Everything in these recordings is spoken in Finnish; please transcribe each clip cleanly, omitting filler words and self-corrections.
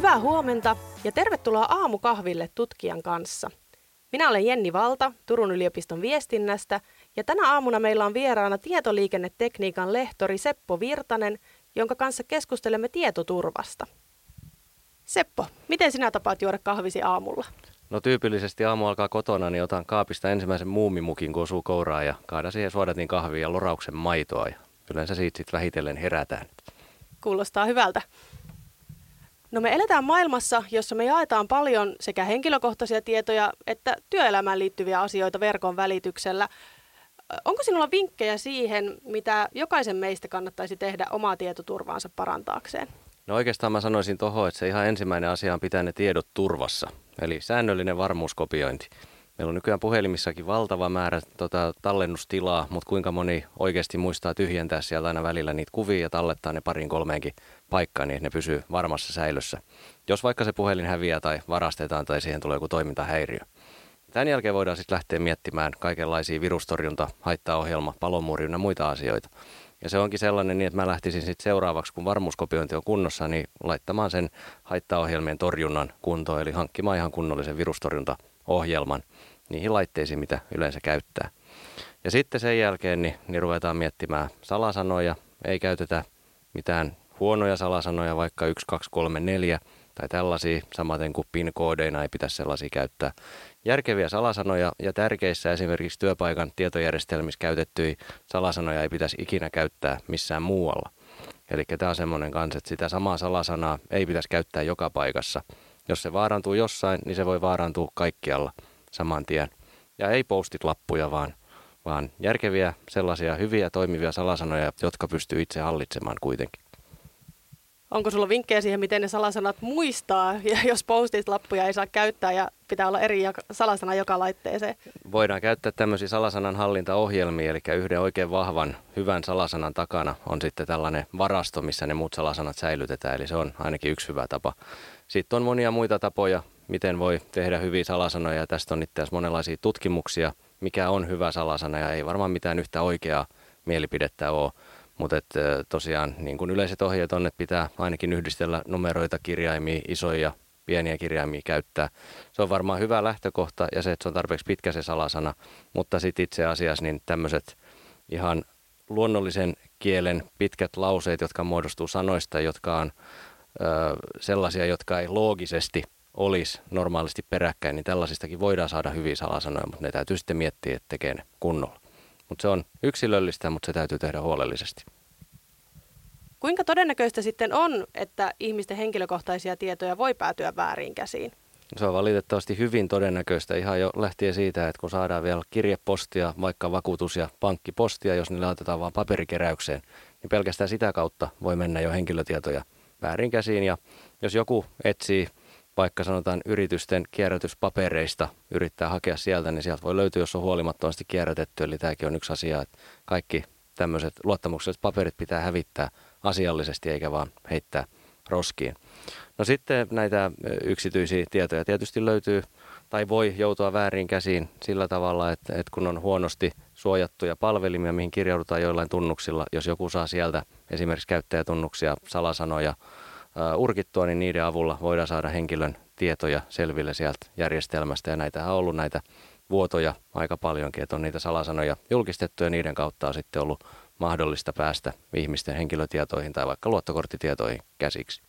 Hyvää huomenta ja tervetuloa aamukahville tutkijan kanssa. Minä olen Jenni Valta Turun yliopiston viestinnästä ja tänä aamuna meillä on vieraana tietoliikennetekniikan lehtori Seppo Virtanen, jonka kanssa keskustelemme tietoturvasta. Seppo, miten sinä tapaat juoda kahvisi aamulla? No tyypillisesti aamu alkaa kotona, niin otan kaapista ensimmäisen muumimukin, kun osuu kouraan ja kaadan siihen suodatin kahvia ja lorauksen maitoa ja yleensä siitä sitten vähitellen herätään. Kuulostaa hyvältä. No me eletään maailmassa, jossa me jaetaan paljon sekä henkilökohtaisia tietoja että työelämään liittyviä asioita verkon välityksellä. Onko sinulla vinkkejä siihen, mitä jokaisen meistä kannattaisi tehdä omaa tietoturvaansa parantaakseen? No oikeastaan mä sanoisin tuohon, että se ihan ensimmäinen asia on pitää ne tiedot turvassa, eli säännöllinen varmuuskopiointi. Meillä on nykyään puhelimissakin valtava määrä tallennustilaa, mutta kuinka moni oikeasti muistaa tyhjentää sieltä aina välillä niitä kuvia ja tallettaa ne pariin kolmeenkin paikkaan, niin ne pysyy varmassa säilössä. Jos vaikka se puhelin häviää tai varastetaan tai siihen tulee joku toimintahäiriö. Tämän jälkeen voidaan sitten lähteä miettimään kaikenlaisia virustorjunta, haittaohjelma, palomuuri ja muita asioita. Ja se onkin sellainen niin, että mä lähtisin sitten seuraavaksi, kun varmuuskopiointi on kunnossa, niin laittamaan sen haittaohjelmien torjunnan kuntoon, eli hankkimaan ihan kunnollisen virustorjuntaohjelman niihin laitteisiin, mitä yleensä käyttää. Ja sitten sen jälkeen niin ruvetaan miettimään salasanoja, ei käytetä mitään huonoja salasanoja, vaikka 1, 2, 3, 4 tai tällaisia, samaten kuin PIN-koodeina ei pitäisi sellaisia käyttää. Järkeviä salasanoja ja tärkeissä esimerkiksi työpaikan tietojärjestelmissä käytettyjä salasanoja ei pitäisi ikinä käyttää missään muualla. Eli tämä on semmoinen kanssa, että sitä samaa salasanaa ei pitäisi käyttää joka paikassa. Jos se vaarantuu jossain, niin se voi vaarantua kaikkialla saman tien. Ja ei postit-lappuja, vaan järkeviä sellaisia hyviä toimivia salasanoja, jotka pystyy itse hallitsemaan kuitenkin. Onko sulla vinkkejä siihen, miten ne salasanat muistaa, ja jos postit-lappuja ei saa käyttää ja pitää olla eri salasana joka laitteeseen? Voidaan käyttää tämmöisiä salasanan hallintaohjelmia, eli yhden oikein vahvan, hyvän salasanan takana on sitten tällainen varasto, missä ne muut salasanat säilytetään, eli se on ainakin yksi hyvä tapa. Sitten on monia muita tapoja, miten voi tehdä hyviä salasanoja, ja tästä on itse asiassa monenlaisia tutkimuksia, mikä on hyvä salasana, ja ei varmaan mitään yhtä oikeaa mielipidettä ole. Mutta tosiaan niin kuin yleiset ohjeet on, että pitää ainakin yhdistellä numeroita, kirjaimia, isoja, pieniä kirjaimia käyttää. Se on varmaan hyvä lähtökohta ja se, että se on tarpeeksi pitkä se salasana, mutta sitten itse asiassa niin tämmöiset ihan luonnollisen kielen pitkät lauseet, jotka muodostuu sanoista, jotka on sellaisia, jotka ei loogisesti olisi normaalisti peräkkäin, niin tällaisistakin voidaan saada hyviä salasanoja, mutta ne täytyy sitten miettiä, että tekee ne kunnolla. Mutta se on yksilöllistä, mutta se täytyy tehdä huolellisesti. Kuinka todennäköistä sitten on, että ihmisten henkilökohtaisia tietoja voi päätyä vääriin käsiin? Se on valitettavasti hyvin todennäköistä ihan jo lähtien siitä, että kun saadaan vielä kirjepostia, vaikka vakuutus- ja pankkipostia, jos niillä otetaan vain paperikeräykseen, niin pelkästään sitä kautta voi mennä jo henkilötietoja väärin käsiin. Ja jos joku etsii vaikka sanotaan yritysten kierrätyspapereista, yrittää hakea sieltä, niin sieltä voi löytyä, jos on huolimattomasti kierrätetty. Eli tämäkin on yksi asia, että kaikki tämmöiset luottamukselliset paperit pitää hävittää asiallisesti eikä vaan heittää roskiin. No sitten näitä yksityisiä tietoja tietysti löytyy tai voi joutua väärin käsiin sillä tavalla, että kun on huonosti suojattuja palvelimia, mihin kirjaudutaan joillain tunnuksilla, jos joku saa sieltä esimerkiksi käyttäjätunnuksia, salasanoja, urkittua, niin niiden avulla voidaan saada henkilön tietoja selville sieltä järjestelmästä. Ja näitähän on ollut näitä vuotoja aika paljonkin, että on niitä salasanoja julkistettu ja niiden kautta on sitten ollut mahdollista päästä ihmisten henkilötietoihin tai vaikka luottokorttitietoihin käsiksi.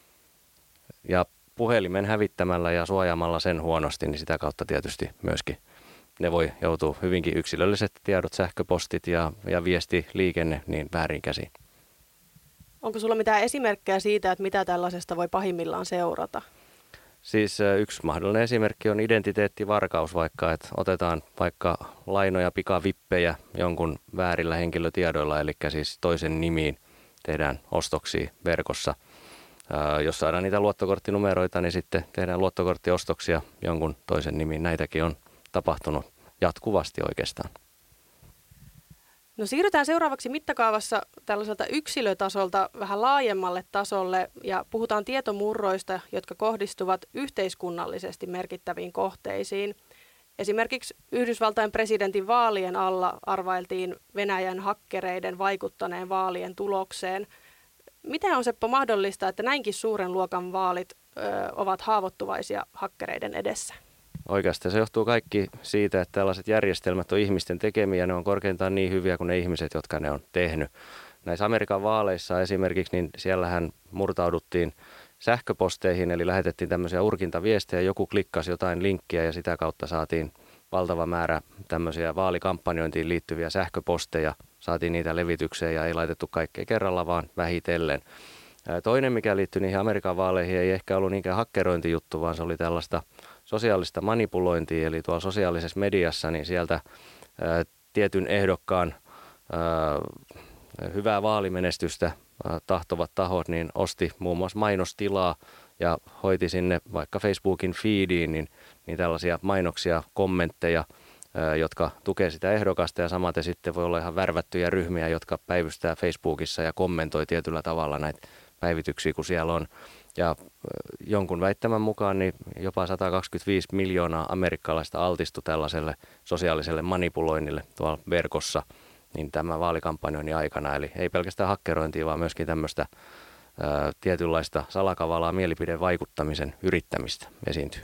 Ja puhelimen hävittämällä ja suojaamalla sen huonosti, niin sitä kautta tietysti myöskin ne voi joutua hyvinkin yksilölliset tiedot, sähköpostit ja viestiliikenne niin väärin käsiin. Onko sulla mitään esimerkkejä siitä, että mitä tällaisesta voi pahimmillaan seurata? Siis yksi mahdollinen esimerkki on identiteettivarkaus vaikka, että otetaan vaikka lainoja, pikavippejä jonkun väärillä henkilötiedoilla, eli siis toisen nimiin tehdään ostoksia verkossa. Jos saadaan niitä luottokorttinumeroita, niin sitten tehdään luottokorttiostoksia jonkun toisen nimiin. Näitäkin on tapahtunut jatkuvasti oikeastaan. No siirrytään seuraavaksi mittakaavassa tällaiselta yksilötasolta vähän laajemmalle tasolle ja puhutaan tietomurroista, jotka kohdistuvat yhteiskunnallisesti merkittäviin kohteisiin. Esimerkiksi Yhdysvaltain presidentin vaalien alla arvailtiin Venäjän hakkereiden vaikuttaneen vaalien tulokseen. Miten on, Seppo, mahdollista, että näinkin suuren luokan vaalit ovat haavoittuvaisia hakkereiden edessä? Oikeastaan se johtuu kaikki siitä, että tällaiset järjestelmät on ihmisten tekemiä, ne on korkeintaan niin hyviä kuin ne ihmiset, jotka ne on tehnyt. Näissä Amerikan vaaleissa esimerkiksi, niin siellähän murtauduttiin sähköposteihin, eli lähetettiin tämmöisiä urkintaviestejä, joku klikkasi jotain linkkiä ja sitä kautta saatiin valtava määrä tämmöisiä vaalikampanjointiin liittyviä sähköposteja, saatiin niitä levitykseen ja ei laitettu kaikkea kerralla, vaan vähitellen. Toinen, mikä liittyi niihin Amerikan vaaleihin, ei ehkä ollut niinkään hakkerointijuttu, vaan se oli tällaista sosiaalista manipulointia, eli tuolla sosiaalisessa mediassa, niin sieltä tietyn ehdokkaan hyvää vaalimenestystä tahtovat tahot, niin osti muun muassa mainostilaa ja hoiti sinne vaikka Facebookin feediin, niin tällaisia mainoksia, kommentteja, jotka tukee sitä ehdokasta ja samaten sitten voi olla ihan värvättyjä ryhmiä, jotka päivystää Facebookissa ja kommentoi tietyllä tavalla näitä päivityksiä, kun siellä on. Ja jonkun väittämän mukaan niin jopa 125 miljoonaa amerikkalaista altistui tällaiselle sosiaaliselle manipuloinnille tuolla verkossa niin tämän vaalikampanjoinnin aikana. Eli ei pelkästään hakkerointia, vaan myöskin tämmöistä tietynlaista salakavalaa mielipidevaikuttamisen yrittämistä esiintyy.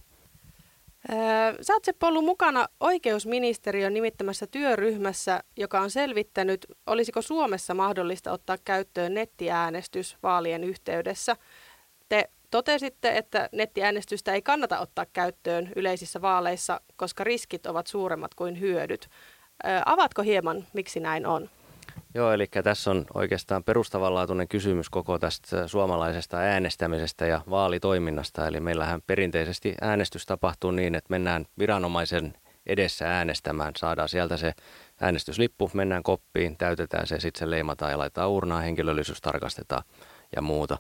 Sä oot Seppo ollut mukana oikeusministeriön nimittämässä työryhmässä, joka on selvittänyt, olisiko Suomessa mahdollista ottaa käyttöön nettiäänestys vaalien yhteydessä. Te totesitte, että nettiäänestystä ei kannata ottaa käyttöön yleisissä vaaleissa, koska riskit ovat suuremmat kuin hyödyt. Avatko hieman, miksi näin on? Joo, eli tässä on oikeastaan perustavanlaatuinen kysymys koko tästä suomalaisesta äänestämisestä ja vaalitoiminnasta. Eli meillähän perinteisesti äänestys tapahtuu niin, että mennään viranomaisen edessä äänestämään, saadaan sieltä se äänestyslippu, mennään koppiin, täytetään se, sitten se leimataan ja laitetaan urnaan, henkilöllisyys tarkastetaan ja muuta.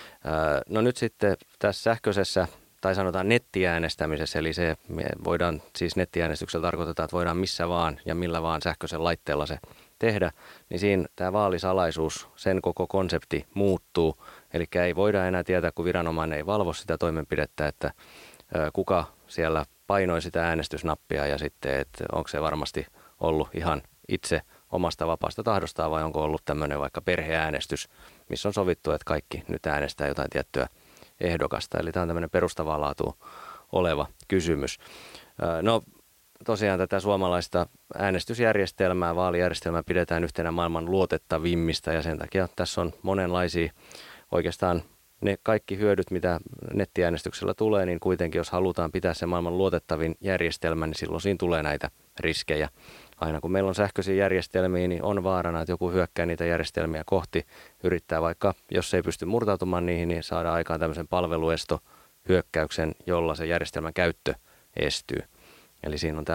No nyt sitten tässä sähköisessä tai sanotaan nettiäänestämisessä, eli se voidaan, siis nettiäänestyksellä tarkoitetaan, että voidaan missä vaan ja millä vaan sähköisen laitteella se tehdä, niin siinä tämä vaalisalaisuus, sen koko konsepti muuttuu, eli ei voida enää tietää, kun viranomainen ei valvo sitä toimenpidettä, että kuka siellä painoi sitä äänestysnappia ja sitten, että onko se varmasti ollut ihan itse omasta vapaasta tahdostaan vai onko ollut tämmöinen vaikka perheäänestys, missä on sovittu, että kaikki nyt äänestää jotain tiettyä ehdokasta. Eli tämä on tämmöinen perustavaa laatua oleva kysymys. No tosiaan tätä suomalaista äänestysjärjestelmää, vaalijärjestelmää pidetään yhtenä maailman luotettavimmista ja sen takia tässä on monenlaisia oikeastaan ne kaikki hyödyt, mitä nettiäänestyksellä tulee, niin kuitenkin jos halutaan pitää se maailman luotettavin järjestelmä, niin silloin siinä tulee näitä riskejä. Aina kun meillä on sähköisiä järjestelmiä, niin on vaarana, että joku hyökkää niitä järjestelmiä kohti, yrittää vaikka, jos ei pysty murtautumaan niihin, niin saada aikaan tämmöisen palveluestohyökkäyksen, jolla se järjestelmän käyttö estyy. Eli siinä on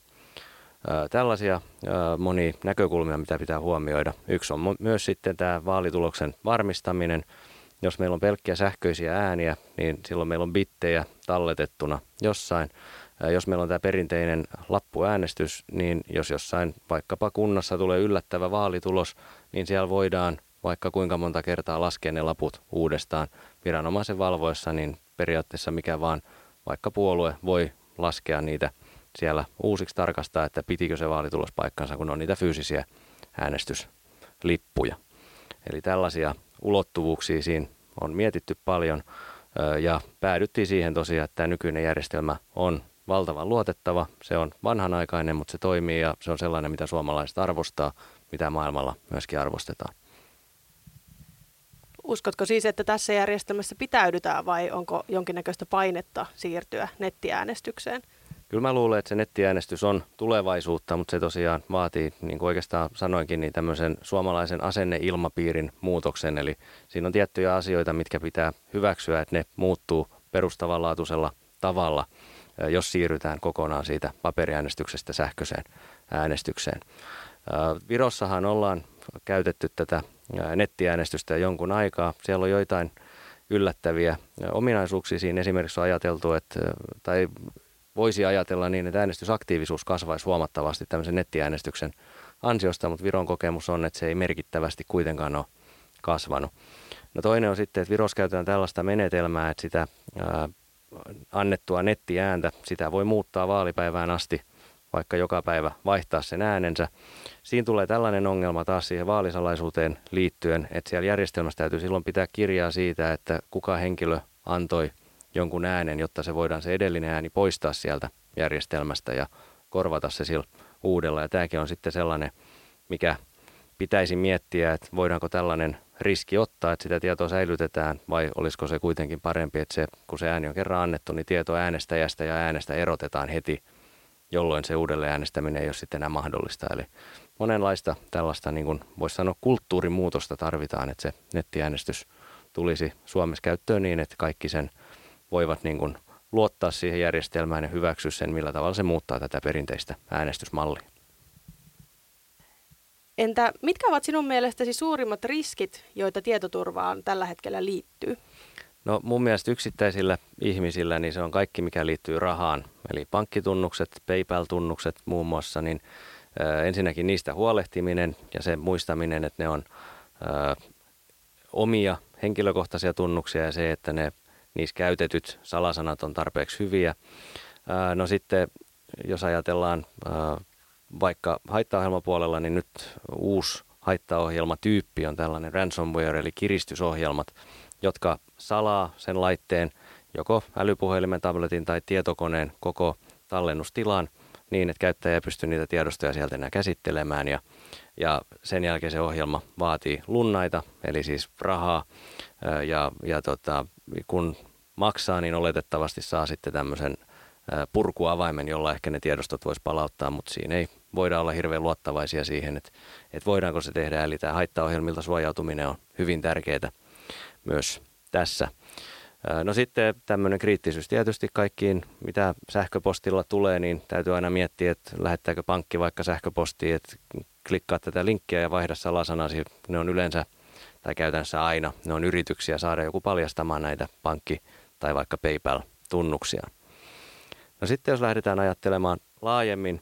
tällaisia monia näkökulmia, mitä pitää huomioida. Yksi on myös sitten tämä vaalituloksen varmistaminen. Jos meillä on pelkkiä sähköisiä ääniä, niin silloin meillä on bittejä talletettuna jossain. Jos meillä on tämä perinteinen lappuäänestys, niin jos jossain vaikkapa kunnassa tulee yllättävä vaalitulos, niin siellä voidaan vaikka kuinka monta kertaa laskea ne laput uudestaan viranomaisen valvoessa, niin periaatteessa mikä vaan vaikka puolue voi laskea niitä siellä uusiksi tarkastaa, että pitikö se vaalitulos paikkansa, kun on niitä fyysisiä äänestyslippuja. Eli tällaisia ulottuvuuksia siinä on mietitty paljon ja päädyttiin siihen tosiaan, että tämä nykyinen järjestelmä on valtavan luotettava. Se on vanhanaikainen, mutta se toimii ja se on sellainen, mitä suomalaiset arvostaa, mitä maailmalla myöskin arvostetaan. Uskotko siis, että tässä järjestelmässä pitäydytään vai onko jonkinnäköistä painetta siirtyä nettiäänestykseen? Kyllä mä luulen, että se nettiäänestys on tulevaisuutta, mutta se tosiaan vaatii, niin kuin oikeastaan sanoinkin, niin tämmöisen suomalaisen asenneilmapiirin muutoksen. Eli siinä on tiettyjä asioita, mitkä pitää hyväksyä, että ne muuttuu perustavanlaatuisella tavalla, jos siirrytään kokonaan siitä paperiäänestyksestä sähköiseen äänestykseen. Virossahan ollaan käytetty tätä nettiäänestystä jonkun aikaa. Siellä on joitain yllättäviä ominaisuuksia siinä. Esimerkiksi on ajateltu, että, tai voisi ajatella niin, että äänestysaktiivisuus kasvaisi huomattavasti tämmöisen nettiäänestyksen ansiosta, mutta Viron kokemus on, että se ei merkittävästi kuitenkaan ole kasvanut. No toinen on sitten, että Virossa käytetään tällaista menetelmää, että sitä annettua nettiääntä, sitä voi muuttaa vaalipäivään asti, vaikka joka päivä vaihtaa sen äänensä. Siinä tulee tällainen ongelma taas siihen vaalisalaisuuteen liittyen, että siellä järjestelmässä täytyy silloin pitää kirjaa siitä, että kuka henkilö antoi jonkun äänen, jotta se voidaan se edellinen ääni poistaa sieltä järjestelmästä ja korvata se sillä uudella. Ja tämäkin on sitten sellainen, mikä pitäisi miettiä, että voidaanko tällainen riski ottaa, että sitä tietoa säilytetään, vai olisiko se kuitenkin parempi, että se, kun se ääni on kerran annettu, niin tieto äänestäjästä ja äänestä erotetaan heti, jolloin se uudelleen äänestäminen ei ole sitten enää mahdollista. Eli monenlaista tällaista, niin kuin voisi sanoa, kulttuurimuutosta tarvitaan, että se nettiäänestys tulisi Suomessa käyttöön niin, että kaikki sen voivat niin kuin luottaa siihen järjestelmään ja hyväksyä sen, millä tavalla se muuttaa tätä perinteistä äänestysmallia. Entä mitkä ovat sinun mielestäsi suurimmat riskit, joita tietoturvaan tällä hetkellä liittyy? No mun mielestä yksittäisillä ihmisillä niin se on kaikki, mikä liittyy rahaan. Eli pankkitunnukset, PayPal-tunnukset muun muassa, niin ensinnäkin niistä huolehtiminen ja se muistaminen, että ne on omia henkilökohtaisia tunnuksia ja se, että niissä käytetyt salasanat on tarpeeksi hyviä. No sitten, jos ajatellaan vaikka haittaohjelmapuolella, niin nyt uusi haittaohjelmatyyppi on tällainen ransomware, eli kiristysohjelmat, jotka salaa sen laitteen joko älypuhelimen, tabletin tai tietokoneen koko tallennustilaan niin, että käyttäjä ei pysty niitä tiedostoja sieltä enää käsittelemään ja sen jälkeen se ohjelma vaatii lunnaita, eli siis rahaa ja kun maksaa, niin oletettavasti saa sitten tämmöisen purkuavaimen, jolla ehkä ne tiedostot voisi palauttaa, mutta siinä ei voida olla hirveän luottavaisia siihen, että voidaanko se tehdä. Eli tämä haittaohjelmilta suojautuminen on hyvin tärkeää myös tässä. No sitten tämmöinen kriittisyys tietysti kaikkiin, mitä sähköpostilla tulee, niin täytyy aina miettiä, että lähettääkö pankki vaikka sähköpostiin, että klikkaa tätä linkkiä ja vaihda salasanasi. Ne on yleensä tai käytännössä aina, ne on yrityksiä saada joku paljastamaan näitä pankki- tai vaikka PayPal-tunnuksia. No sitten jos lähdetään ajattelemaan laajemmin,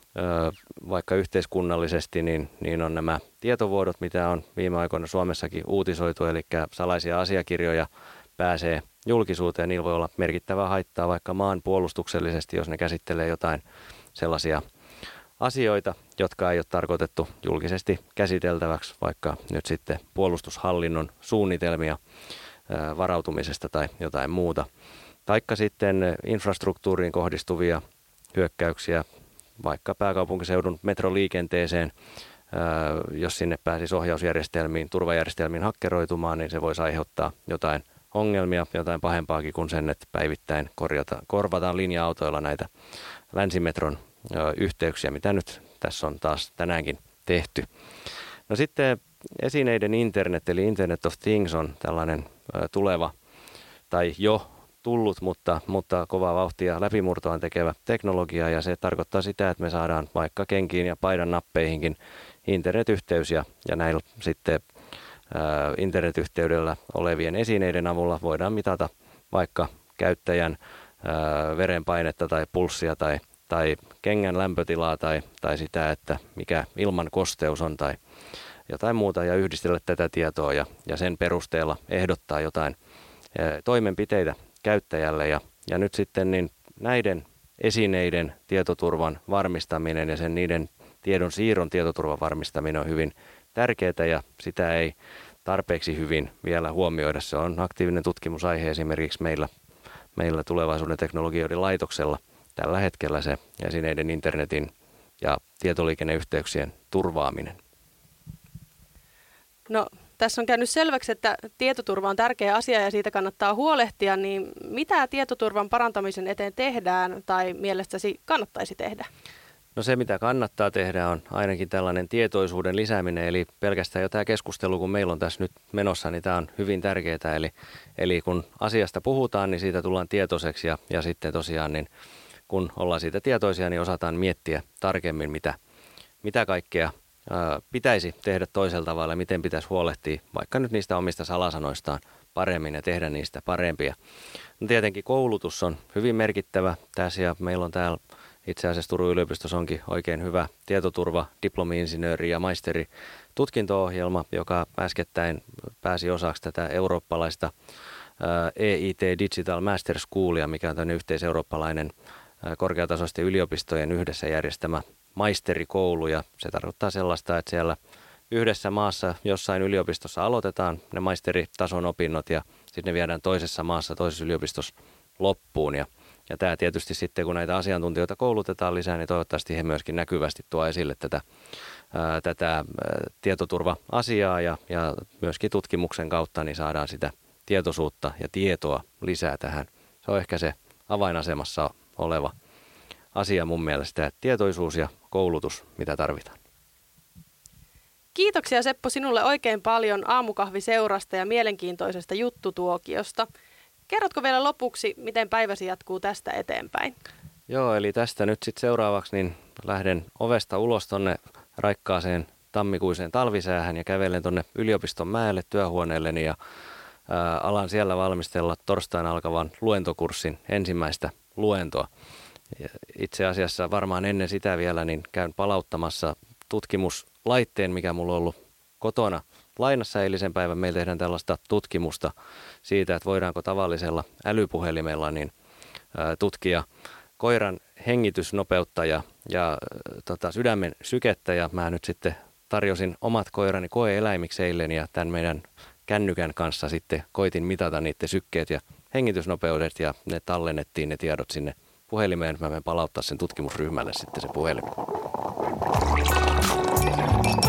vaikka yhteiskunnallisesti, niin on nämä tietovuodot, mitä on viime aikoina Suomessakin uutisoitu, eli salaisia asiakirjoja pääsee julkisuuteen. Niillä voi olla merkittävää haittaa vaikka maan puolustuksellisesti, jos ne käsittelee jotain sellaisia asioita, jotka ei ole tarkoitettu julkisesti käsiteltäväksi, vaikka nyt sitten puolustushallinnon suunnitelmia varautumisesta tai jotain muuta. Taikka sitten infrastruktuuriin kohdistuvia hyökkäyksiä, vaikka pääkaupunkiseudun metroliikenteeseen, jos sinne pääsisi ohjausjärjestelmiin, turvajärjestelmiin hakkeroitumaan, niin se voisi aiheuttaa jotain ongelmia, jotain pahempaakin kuin sen, että päivittäin korvataan linja-autoilla näitä länsimetron yhteyksiä, mitä nyt tässä on taas tänäänkin tehty. No sitten esineiden internet, eli Internet of Things on tällainen tuleva tai jo tullut, mutta kovaa vauhtia läpimurtoaan tekevä teknologia, ja se tarkoittaa sitä, että me saadaan vaikka kenkiin ja paidan nappeihinkin internetyhteys, ja näillä sitten internetyhteydellä olevien esineiden avulla voidaan mitata vaikka käyttäjän verenpainetta tai pulssia tai kengän lämpötilaa tai sitä, että mikä ilman kosteus on tai jotain muuta, ja yhdistellä tätä tietoa ja sen perusteella ehdottaa jotain toimenpiteitä käyttäjälle. Ja nyt sitten niin näiden esineiden tietoturvan varmistaminen ja niiden tiedon siirron tietoturvan varmistaminen on hyvin tärkeää, ja sitä ei tarpeeksi hyvin vielä huomioida. Se on aktiivinen tutkimusaihe esimerkiksi meillä tulevaisuuden teknologioiden laitoksella tällä hetkellä se esineiden internetin ja tietoliikenneyhteyksien turvaaminen. No, tässä on käynyt selväksi, että tietoturva on tärkeä asia ja siitä kannattaa huolehtia, niin mitä tietoturvan parantamisen eteen tehdään tai mielestäsi kannattaisi tehdä? No se, mitä kannattaa tehdä, on ainakin tällainen tietoisuuden lisääminen, eli pelkästään jo tämä keskustelu, kun meillä on tässä nyt menossa, niin tämä on hyvin tärkeää. Eli kun asiasta puhutaan, niin siitä tullaan tietoiseksi ja sitten tosiaan, niin kun ollaan siitä tietoisia, niin osataan miettiä tarkemmin, mitä kaikkea pitäisi tehdä toisella tavalla, miten pitäisi huolehtia vaikka nyt niistä omista salasanoistaan paremmin ja tehdä niistä parempia. No tietenkin koulutus on hyvin merkittävä tässä, ja meillä on täällä itse asiassa Turun yliopistossa onkin oikein hyvä tietoturva, diplomi-insinööri ja maisteri tutkinto-ohjelma, joka äskettäin pääsi osaksi tätä eurooppalaista EIT Digital Master Schoolia, mikä on tämmöinen yhteiseurooppalainen korkeatasoisten yliopistojen yhdessä järjestämä maisterikoulu, ja se tarkoittaa sellaista, että siellä yhdessä maassa jossain yliopistossa aloitetaan ne maisteritason opinnot ja sitten ne viedään toisessa maassa, toisessa yliopistossa loppuun. Ja tämä tietysti sitten, kun näitä asiantuntijoita koulutetaan lisää, niin toivottavasti he myöskin näkyvästi tuo esille tätä tietoturva-asiaa ja myöskin tutkimuksen kautta niin saadaan sitä tietoisuutta ja tietoa lisää tähän. Se on ehkä se avainasemassa oleva asia mun mielestä, tietoisuus ja koulutus, mitä tarvitaan. Kiitoksia Seppo sinulle oikein paljon aamukahviseurasta ja mielenkiintoisesta juttutuokiosta. Kerrotko vielä lopuksi, miten päiväsi jatkuu tästä eteenpäin? Joo, eli tästä nyt sitten seuraavaksi niin lähden ovesta ulos tonne raikkaaseen tammikuiseen talvisäähän ja kävelen tonne yliopiston mäelle työhuoneelleni ja alan siellä valmistella torstaina alkavan luentokurssin ensimmäistä luentoa. Ja itse asiassa varmaan ennen sitä vielä niin käyn palauttamassa tutkimuslaitteen, mikä mulla on ollut kotona lainassa eilisen päivän. Meillä tehdään tällaista tutkimusta siitä, että voidaanko tavallisella älypuhelimella niin tutkia koiran hengitysnopeutta ja sydämen sykettä. Ja mä nyt sitten tarjosin omat koirani koe-eläimiksi eilen ja tämän meidän kännykän kanssa sitten koitin mitata niiden sykkeet ja hengitysnopeudet ja ne tallennettiin ne tiedot sinne puhelimeen. Mä menen palauttaa sen tutkimusryhmälle sitten se puhelin.